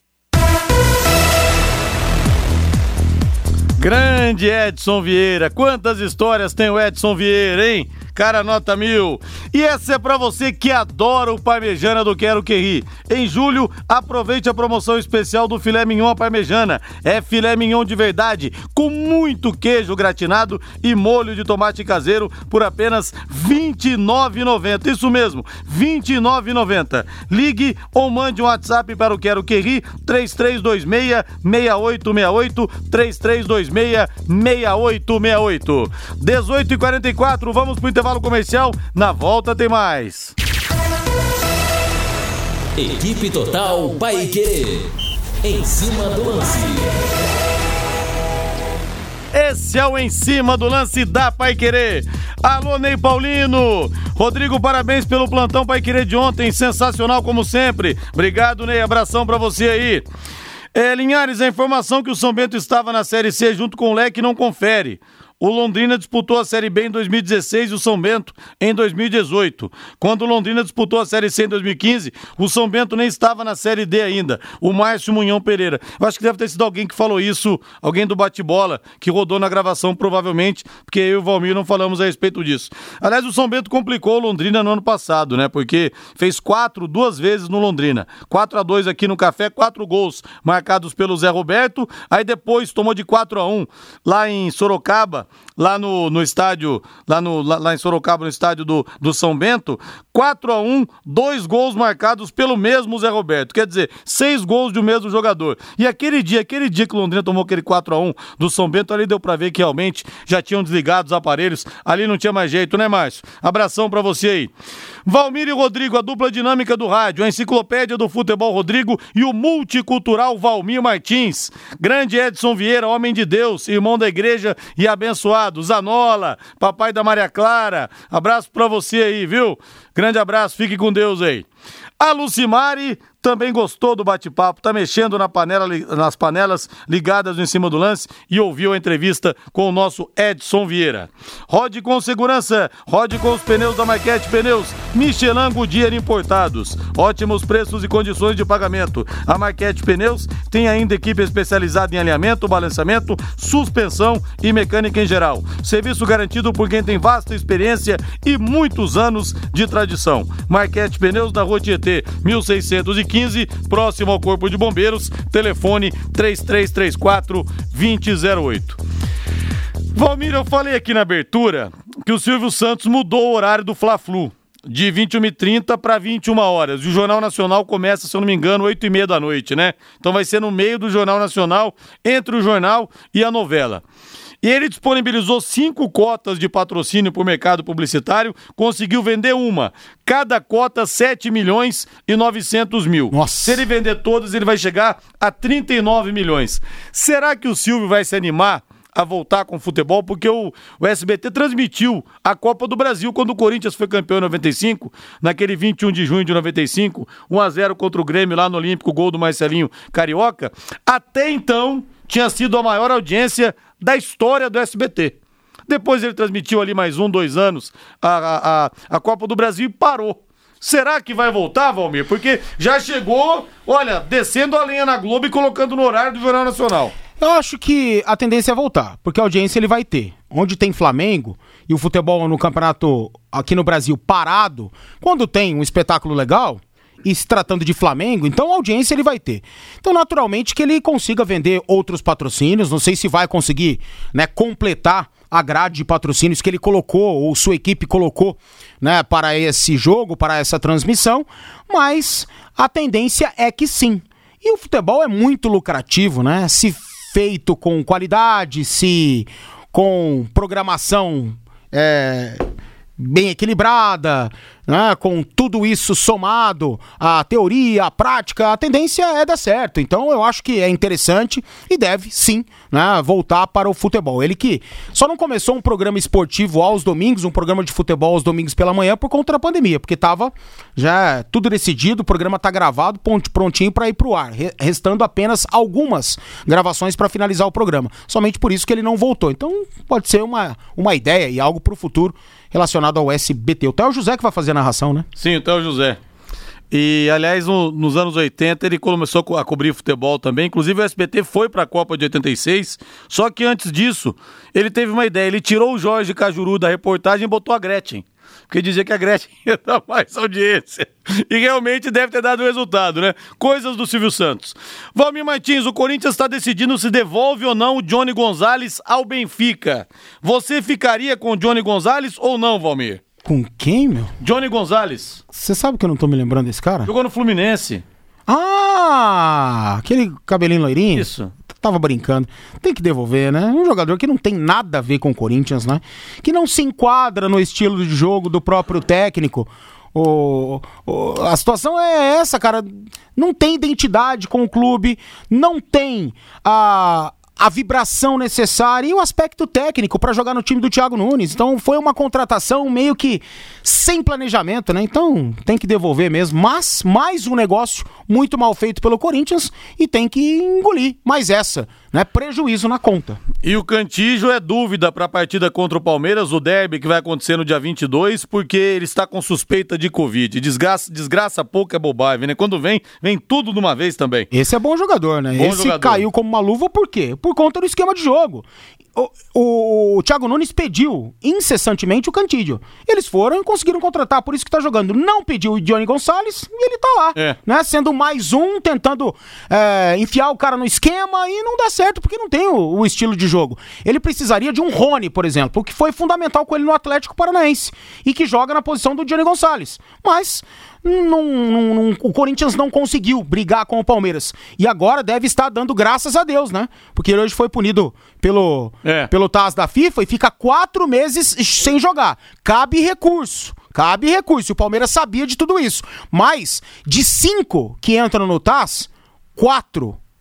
Grande Edson Vieira, quantas histórias tem o Edson Vieira, hein? Cara, nota mil. E essa é pra você que adora o parmejana do Quero Que Ri. Em julho, aproveite a promoção especial do filé mignon à parmejana. É filé mignon de verdade, com muito queijo gratinado e molho de tomate caseiro por apenas vinte e nove reais e noventa centavos. Isso mesmo, vinte e nove reais e noventa centavos. Ligue ou mande um WhatsApp para o Quero Que Ri, três três dois seis, seis oito seis oito, três três dois seis, seis oito seis oito. dezoito e quarenta e quatro, vamos pro intervalo comercial, na volta tem mais. Equipe Total Paiquerê, em cima do lance. Esse é o Em Cima do Lance da Paiquerê. Alô, Ney Paulino. Rodrigo, parabéns pelo plantão Paiquerê de ontem, sensacional como sempre. Obrigado, Ney, abração pra você aí. É, Linhares, a informação que o São Bento estava na Série C junto com o Leque não confere. O Londrina disputou a Série B em dois mil e dezesseis e o São Bento em dois mil e dezoito. Quando o Londrina disputou a Série C em dois mil e quinze, o São Bento nem estava na Série D ainda. O Márcio Munhão Pereira. Eu acho que deve ter sido alguém que falou isso, alguém do bate-bola, que rodou na gravação provavelmente, porque eu e o Valmir não falamos a respeito disso. Aliás, o São Bento complicou o Londrina no ano passado, né? Porque fez quatro, duas vezes no Londrina. quatro a dois aqui no Café, quatro gols marcados pelo Zé Roberto. Aí depois tomou de quatro a um lá em Sorocaba, lá no, no estádio, lá, no, lá, lá em Sorocaba, no estádio do, do São Bento, quatro a um, dois gols marcados pelo mesmo Zé Roberto, quer dizer, seis gols de um mesmo jogador. E aquele dia, aquele dia que o Londrina tomou aquele quatro a um do São Bento, ali deu pra ver que realmente já tinham desligado os aparelhos, ali não tinha mais jeito, né, Márcio? Abração pra você aí. Valmir e Rodrigo, a dupla dinâmica do rádio, a enciclopédia do futebol Rodrigo e o multicultural Valmir Martins. Grande Edson Vieira, homem de Deus, irmão da igreja e abençoado. Zanola, papai da Maria Clara, abraço pra você aí, viu? Grande abraço, fique com Deus aí. A Lucimari também gostou do bate-papo, tá mexendo na panela, nas panelas ligadas em cima do lance e ouviu a entrevista com o nosso Edson Vieira. Rode com segurança, rode com os pneus da Marquete Pneus, Michelin Goodyear importados, ótimos preços e condições de pagamento. A Marquete Pneus tem ainda equipe especializada em alinhamento, balanceamento, suspensão e mecânica em geral. Serviço garantido por quem tem vasta experiência e muitos anos de tradição. Marquete Pneus da Rua Tietê, mil seiscentos e quinze, próximo ao Corpo de Bombeiros, telefone três três três quatro, dois zero zero oito. Valmir, eu falei aqui na abertura que o Silvio Santos mudou o horário do Fla-Flu, de vinte e uma e trinta para vinte e uma horas, e o Jornal Nacional começa, se eu não me engano, oito e meia da noite, né? Então vai ser no meio do Jornal Nacional, entre o jornal e a novela. E ele disponibilizou cinco cotas de patrocínio para o mercado publicitário, conseguiu vender uma. Cada cota sete milhões e novecentos mil. Nossa. Se ele vender todas, ele vai chegar a trinta e nove milhões. Será que o Silvio vai se animar a voltar com o futebol? Porque o, o S B T transmitiu a Copa do Brasil quando o Corinthians foi campeão em noventa e cinco, naquele vinte e um de junho de noventa e cinco, um a zero contra o Grêmio lá no Olímpico, gol do Marcelinho Carioca. Até então, tinha sido a maior audiência da história do S B T. Depois ele transmitiu ali mais um, dois anos a, a, a Copa do Brasil e parou. Será que vai voltar, Valmir? Porque já chegou, olha, descendo a linha na Globo e colocando no horário do Jornal Nacional. Eu acho que a tendência é voltar, porque a audiência ele vai ter. Onde tem Flamengo e o futebol no campeonato aqui no Brasil parado, quando tem um espetáculo legal, e se tratando de Flamengo, então a audiência ele vai ter. Então, naturalmente, que ele consiga vender outros patrocínios, não sei se vai conseguir, né, completar a grade de patrocínios que ele colocou, ou sua equipe colocou, né, para esse jogo, para essa transmissão, mas a tendência é que sim. E o futebol é muito lucrativo, né? Se feito com qualidade, se com programação é, bem equilibrada, né, com tudo isso somado, a teoria, a prática, a tendência é dar certo. Então eu acho que é interessante e deve sim, né, voltar para o futebol. Ele que só não começou um programa esportivo aos domingos, um programa de futebol aos domingos pela manhã por conta da pandemia, porque estava já tudo decidido, o programa está gravado, prontinho para ir para o ar, restando apenas algumas gravações para finalizar o programa. Somente por isso que ele não voltou. Então pode ser uma, uma ideia e algo para o futuro relacionado ao S B T. O Theo José que vai fazer a narração, né? Sim, o Theo José. E, aliás, no, nos anos oitenta ele começou a cobrir futebol também. Inclusive o S B T foi para a Copa de oitenta e seis, só que antes disso ele teve uma ideia. Ele tirou o Jorge Cajuru da reportagem e botou a Gretchen, porque dizia que a Gretchen ia dar mais audiência. E realmente deve ter dado resultado, né? Coisas do Silvio Santos. Valmir Martins, o Corinthians está decidindo se devolve ou não o Johnny Gonzalez ao Benfica. Você ficaria com o Johnny Gonzalez ou não, Valmir? Com quem, meu? Johnny Gonzalez. Você sabe que eu não tô me lembrando desse cara? Jogou no Fluminense. Ah, aquele cabelinho loirinho? Isso. Tava brincando. Tem que devolver, né? Um jogador que não tem nada a ver com o Corinthians, né? Que não se enquadra no estilo de jogo do próprio técnico. O, o, a situação é essa, cara. Não tem identidade com o clube, não tem a... a vibração necessária e o aspecto técnico para jogar no time do Thiago Nunes. Então foi uma contratação meio que sem planejamento, né? Então tem que devolver mesmo. Mas mais um negócio muito mal feito pelo Corinthians e tem que engolir mais essa, né? Prejuízo na conta. E o Cantillo é dúvida para a partida contra o Palmeiras, o derby que vai acontecer no dia vinte e dois, porque ele está com suspeita de Covid. Desgraça, desgraça pouco é bobagem, né? Quando vem, vem tudo de uma vez também. Esse é bom jogador, né? Bom Esse jogador. Caiu como uma luva por quê? Por conta do esquema de jogo. O, o, o Thiago Nunes pediu incessantemente o Cantillo. Eles foram e conseguiram contratar, por isso que tá jogando. Não pediu o Johnny Gonçalves e ele tá lá, é. né? Sendo mais um, tentando é, enfiar o cara no esquema e não dá certo, porque não tem o, o estilo de jogo. Ele precisaria de um Rony, por exemplo, que foi fundamental com ele no Atlético Paranaense e que joga na posição do Johnny Gonçalves. Mas não, não, não, o Corinthians não conseguiu brigar com o Palmeiras. E agora deve estar dando graças a Deus, né? Porque ele hoje foi punido pelo, é. pelo T A S da FIFA e fica quatro meses sem jogar. Cabe recurso. Cabe recurso. E o Palmeiras sabia de tudo isso. Mas, de cinco que entram no T A S, quatro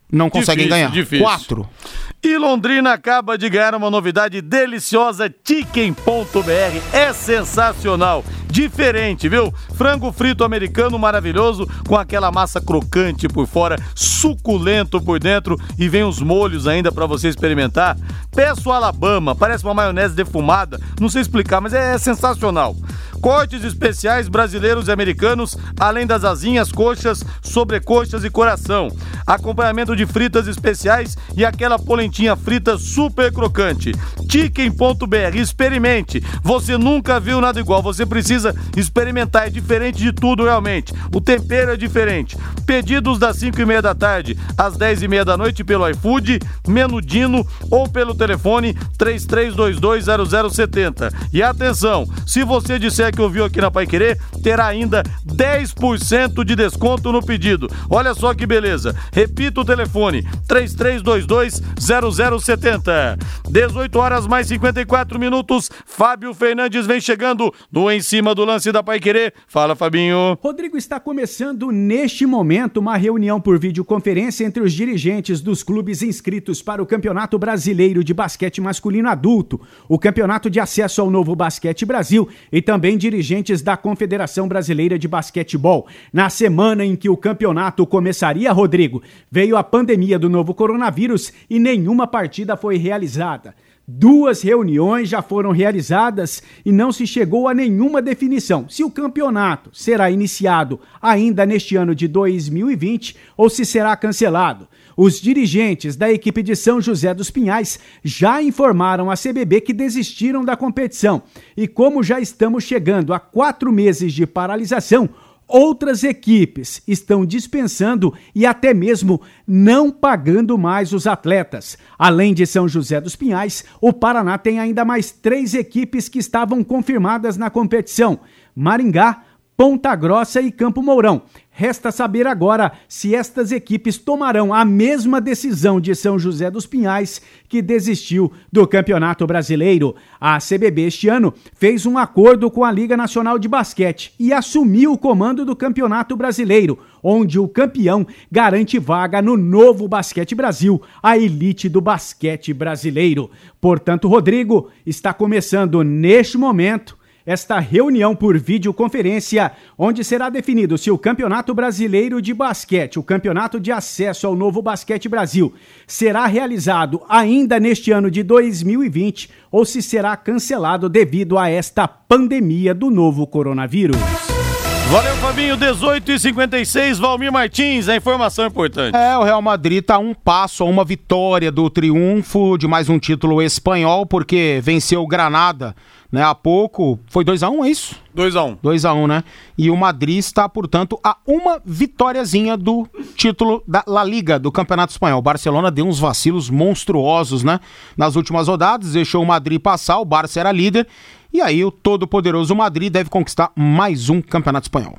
não conseguem difícil, ganhar. Difícil. Quatro. E Londrina acaba de ganhar uma novidade deliciosa, Chicken ponto B R. É sensacional, diferente, viu? Frango frito americano maravilhoso, com aquela massa crocante por fora, suculento por dentro, e vem os molhos ainda pra você experimentar. Peço Alabama, parece uma maionese defumada, não sei explicar, mas é, é sensacional. Cortes especiais brasileiros e americanos, além das asinhas, coxas, sobrecoxas e coração. Acompanhamento de fritas especiais e aquela polentinha frita super crocante. Chicken ponto B R, experimente. Você nunca viu nada igual, você precisa experimentar, é diferente de tudo realmente. O tempero é diferente. Pedidos das cinco e meia da tarde às dez e meia da noite pelo iFood, Menudino ou pelo telefone três três dois dois zero zero sete zero. E atenção, se você disser que ouviu aqui na Paiquerê, terá ainda dez por cento de desconto no pedido. Olha só que beleza. Repita o telefone, três três dois dois zero zero sete zero. dezoito horas mais cinquenta e quatro minutos, Fábio Fernandes vem chegando no Em Cima do Lance da Paiquerê. Fala, Fabinho. Rodrigo, está começando neste momento uma reunião por videoconferência entre os dirigentes dos clubes inscritos para o Campeonato Brasileiro de Basquete Masculino Adulto, o Campeonato de Acesso ao Novo Basquete Brasil e também dirigentes da Confederação Brasileira de Basquetebol. Na semana em que o campeonato começaria, Rodrigo, veio a pandemia do novo coronavírus e nenhuma partida foi realizada. Duas reuniões já foram realizadas e não se chegou a nenhuma definição se o campeonato será iniciado ainda neste ano de dois mil e vinte ou se será cancelado. Os dirigentes da equipe de São José dos Pinhais já informaram à C B B que desistiram da competição. E como já estamos chegando a quatro meses de paralisação, outras equipes estão dispensando e até mesmo não pagando mais os atletas. Além de São José dos Pinhais, o Paraná tem ainda mais três equipes que estavam confirmadas na competição: Maringá, Ponta Grossa e Campo Mourão. Resta saber agora se estas equipes tomarão a mesma decisão de São José dos Pinhais, que desistiu do Campeonato Brasileiro. A C B B este ano fez um acordo com a Liga Nacional de Basquete e assumiu o comando do Campeonato Brasileiro, onde o campeão garante vaga no Novo Basquete Brasil, a elite do basquete brasileiro. Portanto, Rodrigo, está começando neste momento esta reunião por videoconferência, onde será definido se o Campeonato Brasileiro de Basquete, o Campeonato de Acesso ao Novo Basquete Brasil, será realizado ainda neste ano de dois mil e vinte ou se será cancelado devido a esta pandemia do novo coronavírus. Valeu, Fabinho. dezoito e cinquenta e seis, Valmir Martins, a informação importante. É, o Real Madrid está a um passo, a uma vitória do triunfo de mais um título espanhol, porque venceu o Granada, né, há pouco. Foi dois a um, é isso? dois a um. dois a um, né? E o Madrid está, portanto, a uma vitóriazinha do título da La Liga, do Campeonato Espanhol. O Barcelona deu uns vacilos monstruosos, né? Nas últimas rodadas, deixou o Madrid passar, o Barça era líder. E aí o todo-poderoso Madrid deve conquistar mais um campeonato espanhol.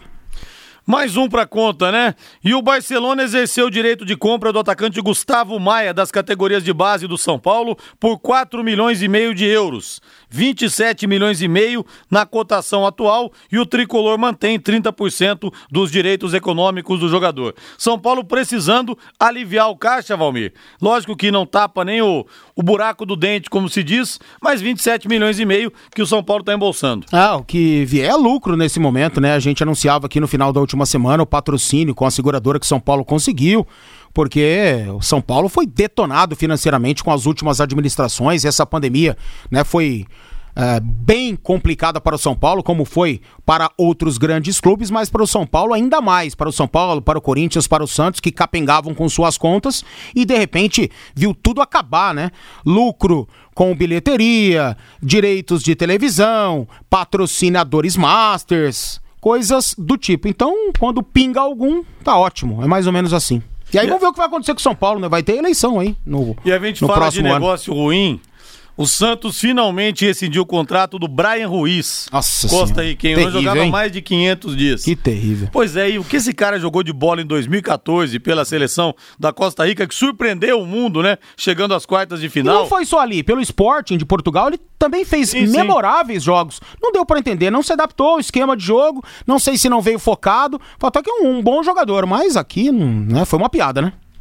Mais um pra conta, né? E o Barcelona exerceu o direito de compra do atacante Gustavo Maia, das categorias de base do São Paulo, por quatro milhões e meio de euros. vinte e sete milhões e meio na cotação atual, e o tricolor mantém trinta por cento dos direitos econômicos do jogador. São Paulo precisando aliviar o caixa, Valmir. Lógico que não tapa nem o, o buraco do dente, como se diz, mas vinte e sete milhões e meio que o São Paulo está embolsando. Ah, o que vier é lucro nesse momento, né? A gente anunciava aqui no final da última semana o patrocínio com a seguradora que São Paulo conseguiu, porque o São Paulo foi detonado financeiramente com as últimas administrações. Essa pandemia, né, foi é, bem complicada para o São Paulo, como foi para outros grandes clubes, mas para o São Paulo ainda mais, para o São Paulo, para o Corinthians, para o Santos, que capengavam com suas contas e de repente viu tudo acabar, né? Lucro com bilheteria, direitos de televisão, patrocinadores masters, coisas do tipo. Então, quando pinga algum, tá ótimo. É mais ou menos assim. E aí, vamos ver o que vai acontecer com o São Paulo, né? Vai ter eleição aí no E a gente no fala de ano. negócio ruim. O Santos finalmente rescindiu o contrato do Brian Ruiz. Nossa Costa senhora. Riquenho. Terrível, jogava hein? mais de quinhentos dias. Que terrível. Pois é, e o que esse cara jogou de bola em dois mil e catorze pela seleção da Costa Rica, que surpreendeu o mundo, né? Chegando às quartas de E final. não foi só ali. Pelo Sporting de Portugal, ele também fez Sim, sim. memoráveis jogos. Não deu pra entender, não se adaptou ao esquema de jogo, não sei se não veio focado. Faltou que é um, um bom jogador, mas aqui, né, foi uma piada, né?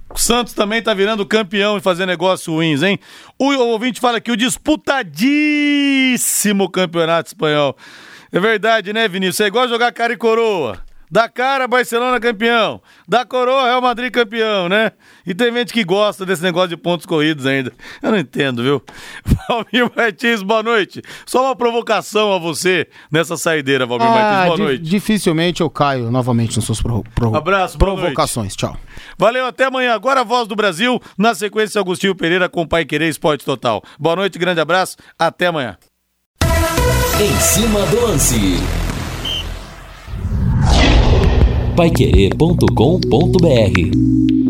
O Santos também tá virando campeão em fazer negócios ruins, hein? O ouvinte fala aqui, o disputadíssimo campeonato espanhol. É verdade, né, Vinícius? É igual jogar cara e coroa. Da cara, Barcelona campeão. Da coroa, Real Madrid campeão, né? E tem gente que gosta desse negócio de pontos corridos ainda. Eu não entendo, viu? Valmir Martins, boa noite. Só uma provocação a você nessa saideira, Valmir ah, Martins, boa di- noite. Dificilmente eu caio novamente nas suas pro- pro- Abraço, provocações. Tchau. Valeu, até amanhã. Agora a Voz do Brasil, na sequência Agostinho Pereira com Pai Querer Esporte Total. Boa noite, grande abraço, até amanhã. Em cima do lance. paiquerê ponto com ponto br